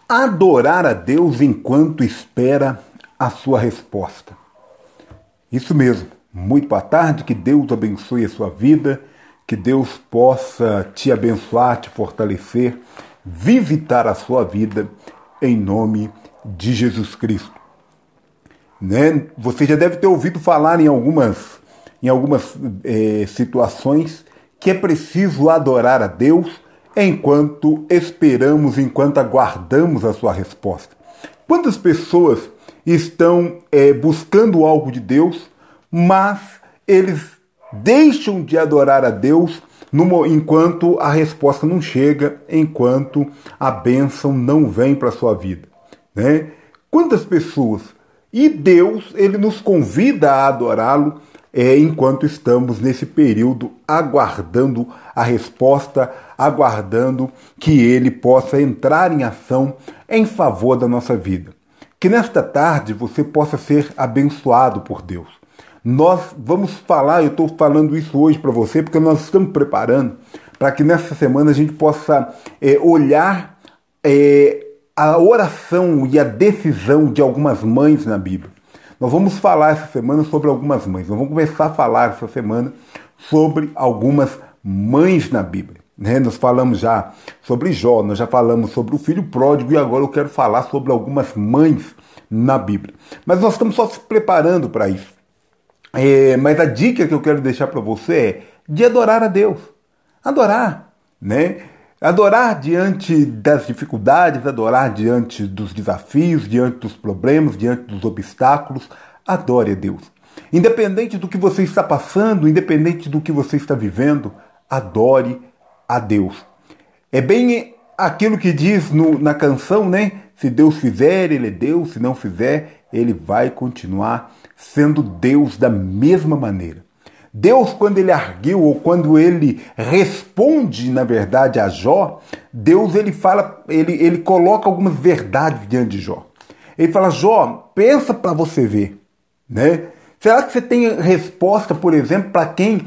Adorar a Deus enquanto espera a sua resposta. Isso mesmo. Muito boa tarde, que Deus abençoe a sua vida, que Deus possa te abençoar, te fortalecer, visitar a sua vida em nome de Jesus Cristo. Você já deve ter ouvido falar em algumas situações que é preciso adorar a Deus enquanto esperamos, enquanto aguardamos a sua resposta. Quantas pessoas estão buscando algo de Deus, mas eles deixam de adorar a Deus enquanto a resposta não chega, enquanto a bênção não vem para a sua vida, né? Quantas pessoas? E Deus, ele nos convida a adorá-lo enquanto estamos nesse período aguardando a resposta, aguardando que ele possa entrar em ação em favor da nossa vida. Que nesta tarde você possa ser abençoado por Deus. Nós vamos falar, eu estou falando isso hoje para você, porque nós estamos preparando para que nessa semana a gente possa olhar a oração e a decisão de algumas mães na Bíblia. Nós vamos falar essa semana sobre algumas mães. Nós vamos começar a falar essa semana sobre algumas mães na Bíblia. Nós falamos já sobre Jó, nós já falamos sobre o filho pródigo e agora eu quero falar sobre algumas mães na Bíblia. Mas nós estamos só se preparando para isso. Mas a dica que eu quero deixar para você é de adorar a Deus. Adorar, né? Adorar diante das dificuldades, adorar diante dos desafios, diante dos problemas, diante dos obstáculos. Adore a Deus. Independente do que você está passando, independente do que você está vivendo, adore a Deus. É bem aquilo que diz na canção, né? Se Deus fizer, Ele é Deus. Se não fizer, Ele vai continuar sendo Deus da mesma maneira. Deus, quando ele arguiu ou quando ele responde, na verdade, a Jó, Deus ele coloca algumas verdades diante de Jó. Ele fala: Jó, pensa para você ver, né? Será que você tem resposta, por exemplo, para quem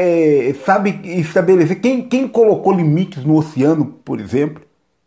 sabe estabelecer, quem colocou limites no oceano, por exemplo?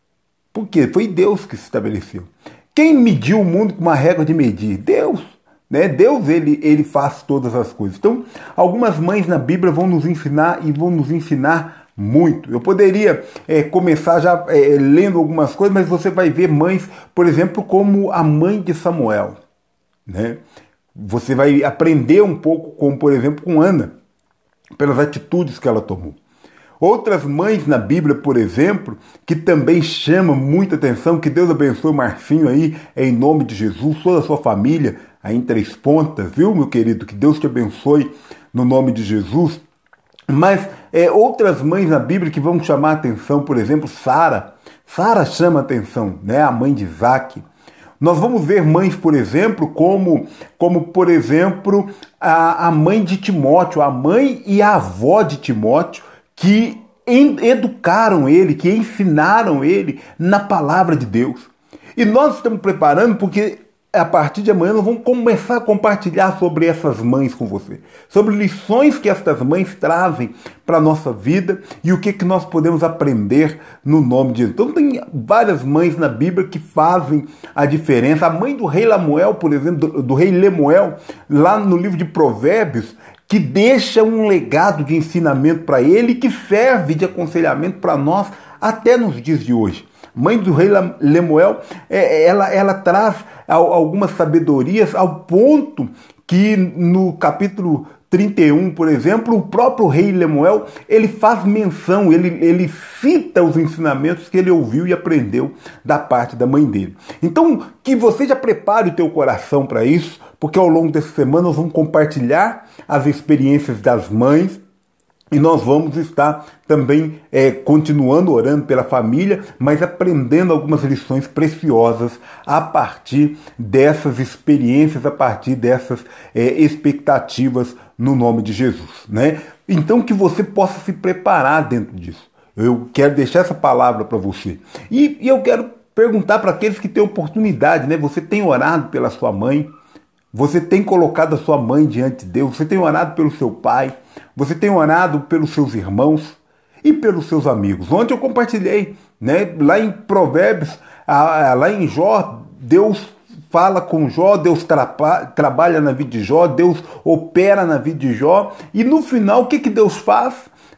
Por quê? Foi Deus que se estabeleceu. Quem mediu o mundo com uma régua de medir? Deus. Deus, ele faz todas as coisas. Então, algumas mães na Bíblia vão nos ensinar e vão nos ensinar muito. Eu poderia começar já lendo algumas coisas, mas você vai ver mães, por exemplo, como a mãe de Samuel, né? Você vai aprender um pouco, como por exemplo com Ana, pelas atitudes que ela tomou. Outras mães na Bíblia, por exemplo, que também chamam muita atenção, que Deus abençoe o Marcinho aí, em nome de Jesus, toda a sua família, aí em Três Pontas, viu, meu querido? Que Deus te abençoe no nome de Jesus. Mas outras mães na Bíblia que vão chamar a atenção, por exemplo, Sara. Sara chama a atenção, né? A mãe de Isaac. Nós vamos ver mães, por exemplo, como por exemplo, a mãe de Timóteo, a mãe e a avó de Timóteo, que educaram ele, que ensinaram ele na palavra de Deus. E nós estamos preparando porque a partir de amanhã nós vamos começar a compartilhar sobre essas mães com você. Sobre lições que estas mães trazem para a nossa vida e o que nós podemos aprender no nome de Jesus. Então tem várias mães na Bíblia que fazem a diferença. A mãe do rei Lemuel, por exemplo, do rei Lemuel, lá no livro de Provérbios, que deixa um legado de ensinamento para ele e que serve de aconselhamento para nós até nos dias de hoje. Mãe do rei Lemuel, ela traz algumas sabedorias ao ponto que no capítulo 31, por exemplo, o próprio rei Lemuel, ele faz menção, ele cita os ensinamentos que ele ouviu e aprendeu da parte da mãe dele. Então, que você já prepare o teu coração para isso, porque ao longo dessa semana nós vamos compartilhar as experiências das mães, e nós vamos estar também continuando orando pela família, mas aprendendo algumas lições preciosas a partir dessas experiências, a partir dessas expectativas no nome de Jesus, né? Então que você possa se preparar dentro disso. Eu quero deixar essa palavra para você. E eu quero perguntar para aqueles que têm oportunidade, né? Você tem orado pela sua mãe? Você tem colocado a sua mãe diante de Deus? Você tem orado pelo seu pai? Você tem orado pelos seus irmãos e pelos seus amigos? Ontem eu compartilhei, né, lá em Provérbios, Lá em Jó, Deus fala com Jó, Deus trabalha na vida de Jó, Deus opera na vida de Jó, e no final o que Deus faz?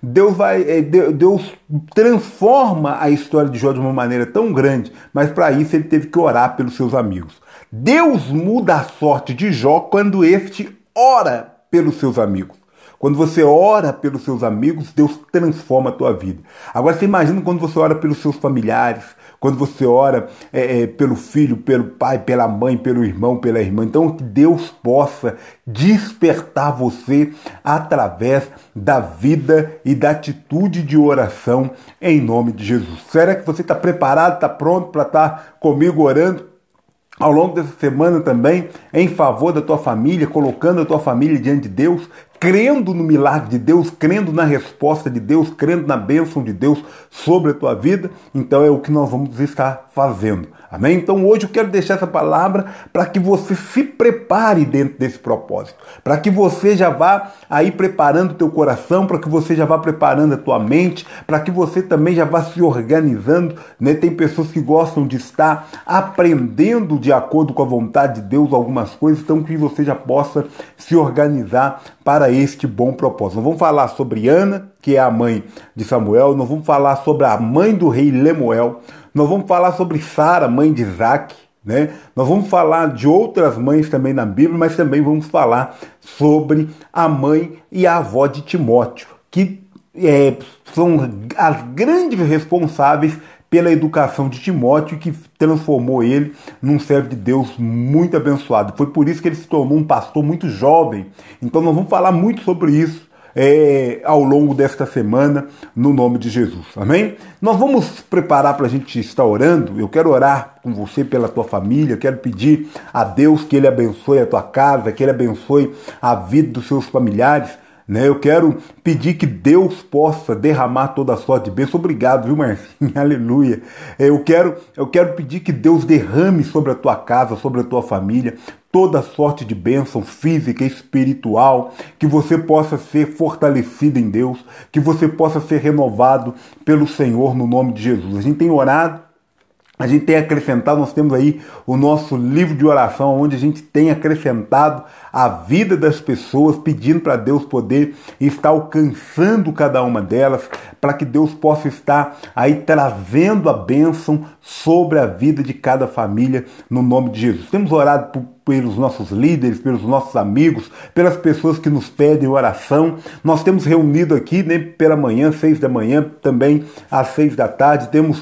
Deus transforma a história de Jó de uma maneira tão grande, mas para isso ele teve que orar pelos seus amigos. Deus muda a sorte de Jó quando este ora pelos seus amigos. Quando você ora pelos seus amigos, Deus transforma a tua vida. Agora você imagina quando você ora pelos seus familiares, quando você ora pelo filho, pelo pai, pela mãe, pelo irmão, pela irmã. Então que Deus possa despertar você através da vida e da atitude de oração em nome de Jesus. Será que você está preparado, está pronto para estar comigo orando ao longo dessa semana também, em favor da tua família, colocando a tua família diante de Deus, crendo no milagre de Deus, crendo na resposta de Deus, crendo na bênção de Deus sobre a tua vida? Então é o que nós vamos estar fazendo. Amém? Então hoje eu quero deixar essa palavra para que você se prepare dentro desse propósito, para que você já vá aí preparando o teu coração, para que você já vá preparando a tua mente, para que você também já vá se organizando, né? Tem pessoas que gostam de estar aprendendo de acordo com a vontade de Deus algumas coisas, então que você já possa se organizar para este bom propósito. Nós vamos falar sobre Ana, que é a mãe de Samuel, nós vamos falar sobre a mãe do rei Lemuel, nós vamos falar sobre Sara, mãe de Isaac, né? Nós vamos falar de outras mães também na Bíblia, mas também vamos falar sobre a mãe e a avó de Timóteo, que são as grandes responsáveis pela educação de Timóteo, que transformou ele num servo de Deus muito abençoado. Foi por isso que ele se tornou um pastor muito jovem. Então nós vamos falar muito sobre isso ao longo desta semana, no nome de Jesus. Amém? Nós vamos preparar para a gente estar orando. Eu quero orar com você pela tua família, quero pedir a Deus que Ele abençoe a tua casa, que Ele abençoe a vida dos seus familiares. Eu quero pedir que Deus possa derramar toda a sorte de bênção. Obrigado, viu, Marcinho? Aleluia. Eu quero pedir que Deus derrame sobre a tua casa, sobre a tua família, toda a sorte de bênção física e espiritual, que você possa ser fortalecido em Deus, que você possa ser renovado pelo Senhor no nome de Jesus. A gente tem orado, a gente tem acrescentado, nós temos aí o nosso livro de oração, onde a gente tem acrescentado a vida das pessoas, pedindo para Deus poder estar alcançando cada uma delas, para que Deus possa estar aí trazendo a bênção sobre a vida de cada família, no nome de Jesus. Temos orado pelos nossos líderes, pelos nossos amigos, pelas pessoas que nos pedem oração. Nós temos reunido aqui, né, pela manhã, 6 da manhã, também às 6 da tarde, temos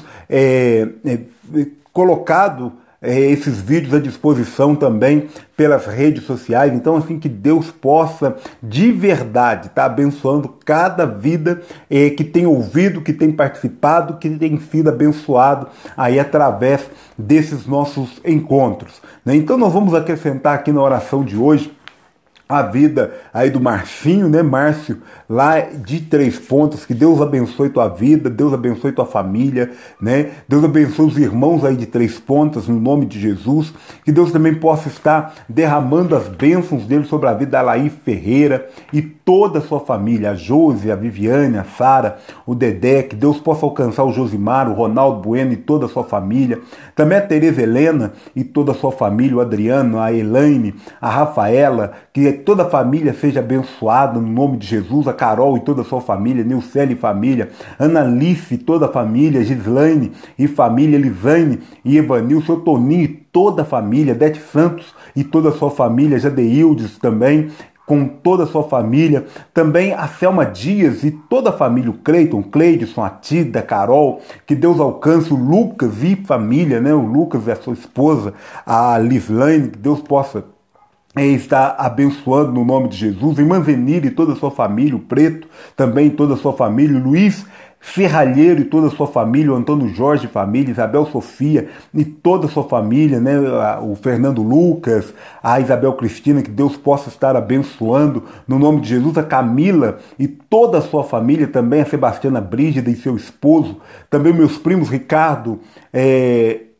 colocado esses vídeos à disposição também pelas redes sociais. Então, assim, que Deus possa de verdade estar abençoando cada vida que tem ouvido, que tem participado, que tem sido abençoado aí através desses nossos encontros, né? Então nós vamos acrescentar aqui na oração de hoje a vida aí do Marcinho, né, Márcio, lá de Três Pontas. Que Deus abençoe tua vida, Deus abençoe tua família, né? Deus abençoe os irmãos aí de Três Pontas, no nome de Jesus. Que Deus também possa estar derramando as bênçãos dele sobre a vida da Laís Ferreira e toda a sua família, a Josi, a Viviane, a Sara, o Dedé. Que Deus possa alcançar o Josimar, o Ronaldo Bueno e toda a sua família. Também a Tereza Helena e toda a sua família, o Adriano, a Elaine, a Rafaela. Que toda a família seja abençoada no nome de Jesus, a Carol e toda a sua família, Nilcele e família, Analice e toda a família, Gislaine e família, Elisane e Evanil, seu Toninho e toda a família, Dete Santos e toda a sua família, Jadeildes também, com toda a sua família, também a Selma Dias e toda a família, o Cleiton, Cleidson, a Tida, a Carol, que Deus alcance o Lucas e família, né? O Lucas e a sua esposa, a Lislaine, que Deus possa está abençoando no nome de Jesus, em Manzenir e toda a sua família, o Preto também toda a sua família, o Luiz Ferralheiro e toda a sua família, o Antônio Jorge e família, Isabel Sofia e toda a sua família, né? O Fernando Lucas, a Isabel Cristina, que Deus possa estar abençoando no nome de Jesus, a Camila e toda a sua família, também a Sebastiana Brígida e seu esposo, também meus primos Ricardo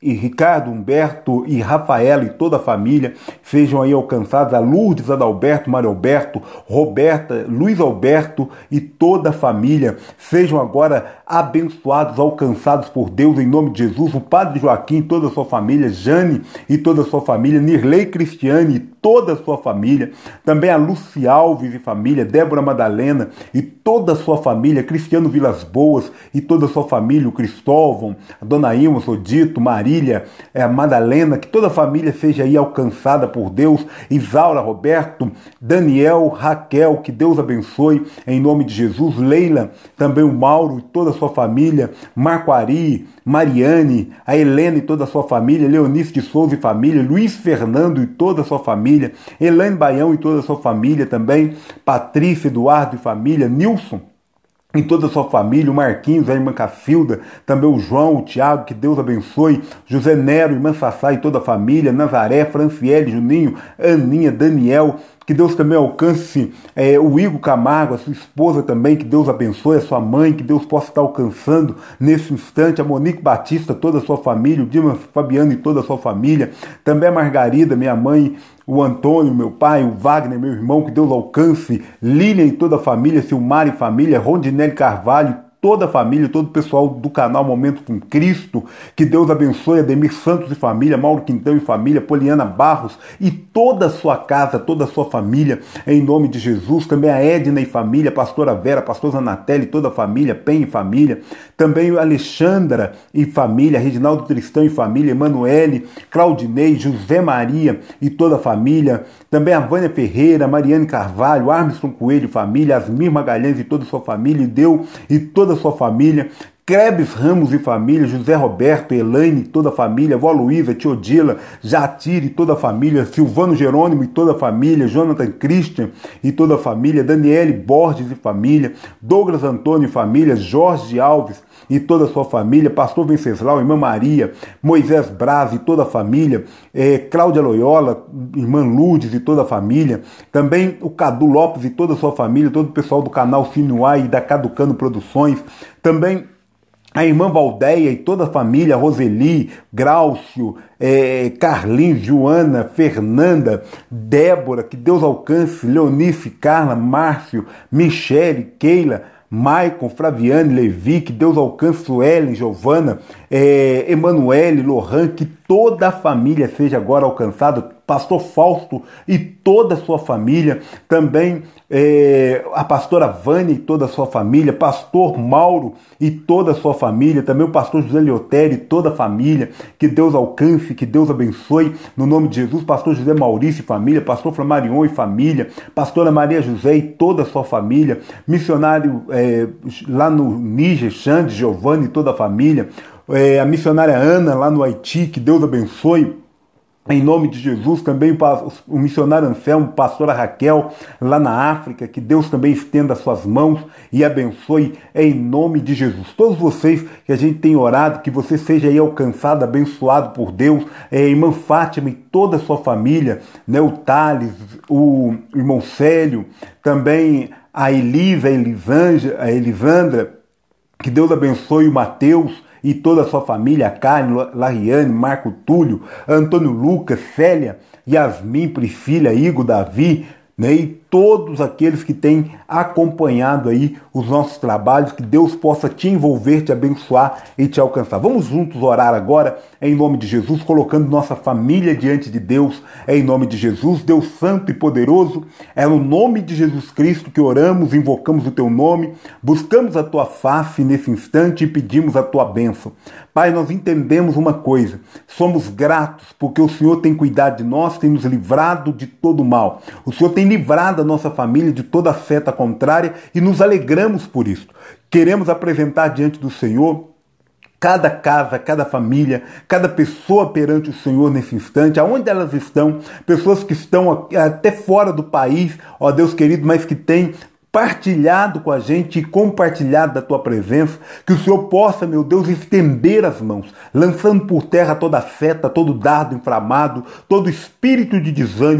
e Ricardo, Humberto e Rafaela e toda a família sejam aí alcançados, a Lourdes, Adalberto, Mário Alberto, Roberta, Luiz Alberto e toda a família sejam agora abençoados, alcançados por Deus em nome de Jesus, o Padre Joaquim e toda a sua família, Jane e toda a sua família, Nirlei Cristiane e toda a sua família, também a Luci Alves e família, Débora Madalena e toda a sua família, Cristiano Vilas Boas e toda a sua família, o Cristóvão, a Dona Ilma, Sodito, Marília, a Madalena, que toda a família seja aí alcançada por Deus, Isaura, Roberto, Daniel, Raquel, que Deus abençoe em nome de Jesus, Leila, também o Mauro e toda a sua família, Marco Ari, Mariane, a Helena e toda a sua família, Leonice de Souza e família, Luiz Fernando e toda a sua família, Elaine Baião e toda a sua família também, Patrícia, Eduardo e família, Nilson e toda a sua família, o Marquinhos, a irmã Cacilda, também o João, o Tiago, que Deus abençoe, José Nero, irmã Sassá e toda a família, Nazaré, Franciele, Juninho, Aninha, Daniel, que Deus também alcance o Igor Camargo, a sua esposa também, que Deus abençoe, a sua mãe, que Deus possa estar alcançando nesse instante, a Monique Batista, toda a sua família, o Dimas Fabiano e toda a sua família, também a Margarida, minha mãe, o Antônio, meu pai, o Wagner, meu irmão, que Deus alcance, Lilian e toda a família, Silmar e família, Rondinelli Carvalho, toda a família, todo o pessoal do canal Momento com Cristo, que Deus abençoe, Ademir Santos e família, Mauro Quintão e família, Poliana Barros e toda a sua casa, toda a sua família, em nome de Jesus, também a Edna e família, pastora Vera, pastora Anatelli e toda a família, Pen e família, também a Alexandra e família, Reginaldo Tristão e família, Emanuele, Claudinei, José Maria e toda a família, também a Vânia Ferreira, Mariane Carvalho, Armstrong Coelho e família, Asmir Magalhães e toda a sua família, Deu e toda a sua família, Krebs Ramos e família, José Roberto, Elaine e toda a família, Vó Luísa, Teodila, Jatire e toda a família, Silvano Jerônimo e toda a família, Jonathan Christian e toda a família, Daniele Borges e família, Douglas Antônio e família, Jorge Alves e toda a sua família, Pastor Venceslau, Irmã Maria, Moisés Braz e toda a família, Cláudia Loyola, Irmã Lourdes e toda a família, também o Cadu Lopes e toda a sua família, todo o pessoal do canal Sinuai e da Caducano Produções, também a irmã Valdeia e toda a família, Roseli, Graucio, Carlinhos, Joana, Fernanda, Débora, que Deus alcance, Leonice, Carla, Márcio, Michele, Keila, Maicon, Flaviane, Levi, que Deus alcance, Suelen, Giovana, Emanuele, Lohan, que toda a família seja agora alcançada, pastor Fausto e toda a sua família, também a pastora Vânia e toda a sua família, pastor Mauro e toda a sua família, também o pastor José Leotério e toda a família, que Deus alcance, que Deus abençoe, no nome de Jesus, pastor José Maurício e família, pastor Flamarion e família, pastora Maria José e toda a sua família, missionário lá no Níger, Xande, Giovanni e toda a família, a missionária Ana lá no Haiti, que Deus abençoe, em nome de Jesus, também o missionário Anselmo, pastora Raquel, lá na África, que Deus também estenda as suas mãos e abençoe em nome de Jesus. Todos vocês que a gente tem orado, que você seja aí alcançado, abençoado por Deus, irmã Fátima e toda a sua família, né, o Thales, o irmão Célio, também a Elisa, a Elisandra, que Deus abençoe o Mateus, e toda a sua família, a Karen, Lariane, Marco Túlio, Antônio Lucas, Célia, Yasmin, Priscila, Igor, Davi, né, e todos aqueles que têm acompanhado aí os nossos trabalhos, que Deus possa te envolver, te abençoar e te alcançar. Vamos juntos orar agora, em nome de Jesus, colocando nossa família diante de Deus, em nome de Jesus, Deus Santo e Poderoso, é no nome de Jesus Cristo que oramos, invocamos o Teu nome, buscamos a Tua face nesse instante e pedimos a Tua bênção. Pai, nós entendemos uma coisa, somos gratos porque o Senhor tem cuidado de nós, tem nos livrado de todo mal. O Senhor tem livrado a nossa família de toda a seta contrária e nos alegramos por isso. Queremos apresentar diante do Senhor cada casa, cada família, cada pessoa perante o Senhor nesse instante, aonde elas estão, pessoas que estão até fora do país, ó Deus querido, mas que têm partilhado com a gente e compartilhado da Tua presença, que o Senhor possa, meu Deus, estender as mãos, lançando por terra toda a seta, todo dardo inflamado, todo espírito de desânimo,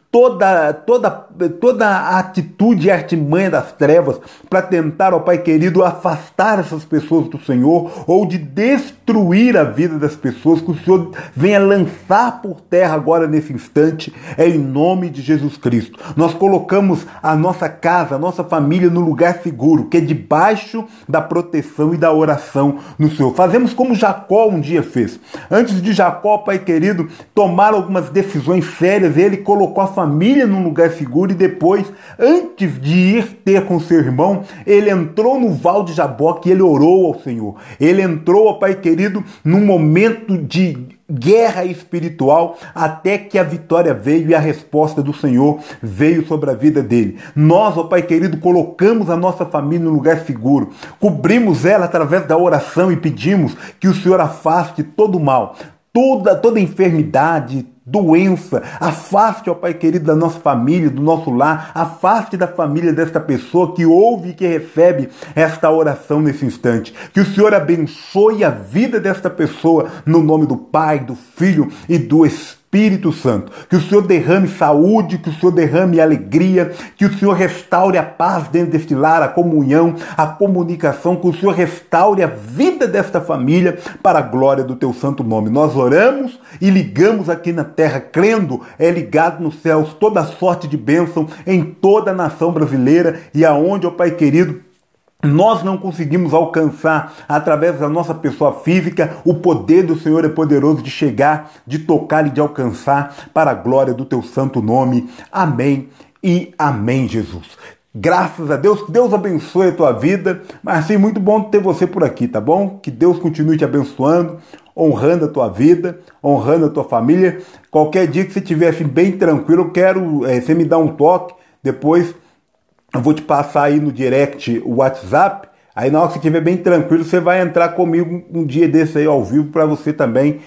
toda a atitude e artimanha das trevas para tentar, ó Pai querido, afastar essas pessoas do Senhor ou de destruir a vida das pessoas, que o Senhor venha lançar por terra agora nesse instante, em nome de Jesus Cristo. Nós colocamos a nossa casa, a nossa família no lugar seguro, que é debaixo da proteção e da oração no Senhor. Fazemos como Jacó um dia fez. Antes de Jacó, Pai querido, tomar algumas decisões sérias, ele colocou a família num lugar seguro e depois, antes de ir ter com seu irmão, ele entrou no val de Jaboque e ele orou ao Senhor. Ele entrou, ó Pai querido, num momento de guerra espiritual, até que a vitória veio e a resposta do Senhor veio sobre a vida dele. Nós, ó Pai querido, colocamos a nossa família no lugar seguro, cobrimos ela através da oração e pedimos que o Senhor afaste todo o mal, toda enfermidade, doença, afaste, ó Pai querido, da nossa família, do nosso lar, afaste da família desta pessoa que ouve e que recebe esta oração nesse instante. Que o Senhor abençoe a vida desta pessoa no nome do Pai, do Filho e do Espírito Santo. Que o Senhor derrame saúde, que o Senhor derrame alegria, que o Senhor restaure a paz dentro deste lar, a comunhão, a comunicação, que o Senhor restaure a vida desta família para a glória do teu santo nome. Nós oramos e ligamos aqui na terra, crendo, ligado nos céus, toda sorte de bênção em toda a nação brasileira e aonde, ó Pai querido, nós não conseguimos alcançar através da nossa pessoa física, o poder do Senhor é poderoso de chegar, de tocar e de alcançar para a glória do teu santo nome. Amém e amém, Jesus. Graças a Deus, que Deus abençoe a tua vida. Marcinho, muito bom ter você por aqui, tá bom? Que Deus continue te abençoando, honrando a tua vida, honrando a tua família. Qualquer dia que você estiver assim, bem tranquilo, eu quero você me dar um toque, depois eu vou te passar aí no direct o WhatsApp. Aí na hora que você estiver bem tranquilo, você vai entrar comigo um dia desse aí ao vivo para você também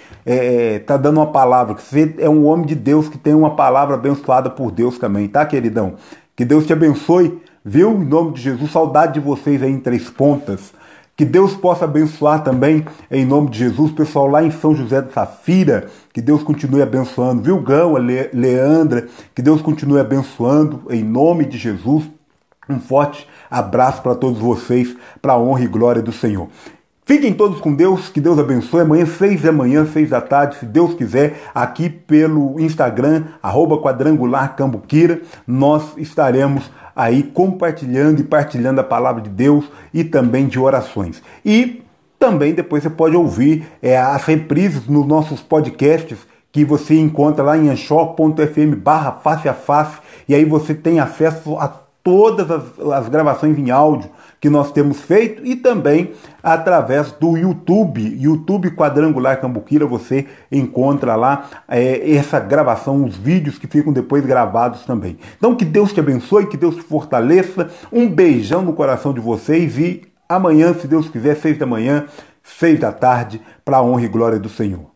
tá dando uma palavra. Você é um homem de Deus que tem uma palavra abençoada por Deus também, tá, queridão? Que Deus te abençoe, viu? Em nome de Jesus, saudade de vocês aí em Três Pontas. Que Deus possa abençoar também, em nome de Jesus, pessoal lá em São José da Safira, que Deus continue abençoando, viu, Gão, Leandra, que Deus continue abençoando, em nome de Jesus. Um forte abraço para todos vocês, para a honra e glória do Senhor. Fiquem todos com Deus, que Deus abençoe. Amanhã, 6 da manhã, 6 da tarde, se Deus quiser, aqui pelo Instagram, @quadrangularcambuquira, nós estaremos aí compartilhando e partilhando a palavra de Deus e também de orações. E também depois você pode ouvir as reprises nos nossos podcasts, que você encontra lá em anchor.fm/face a face, e aí você tem acesso a todas as gravações em áudio que nós temos feito e também através do YouTube Quadrangular Cambuquira, você encontra lá essa gravação, os vídeos que ficam depois gravados também. Então que Deus te abençoe, que Deus te fortaleça, um beijão no coração de vocês e amanhã, se Deus quiser, 6 da manhã, 6 da tarde, para a honra e glória do Senhor.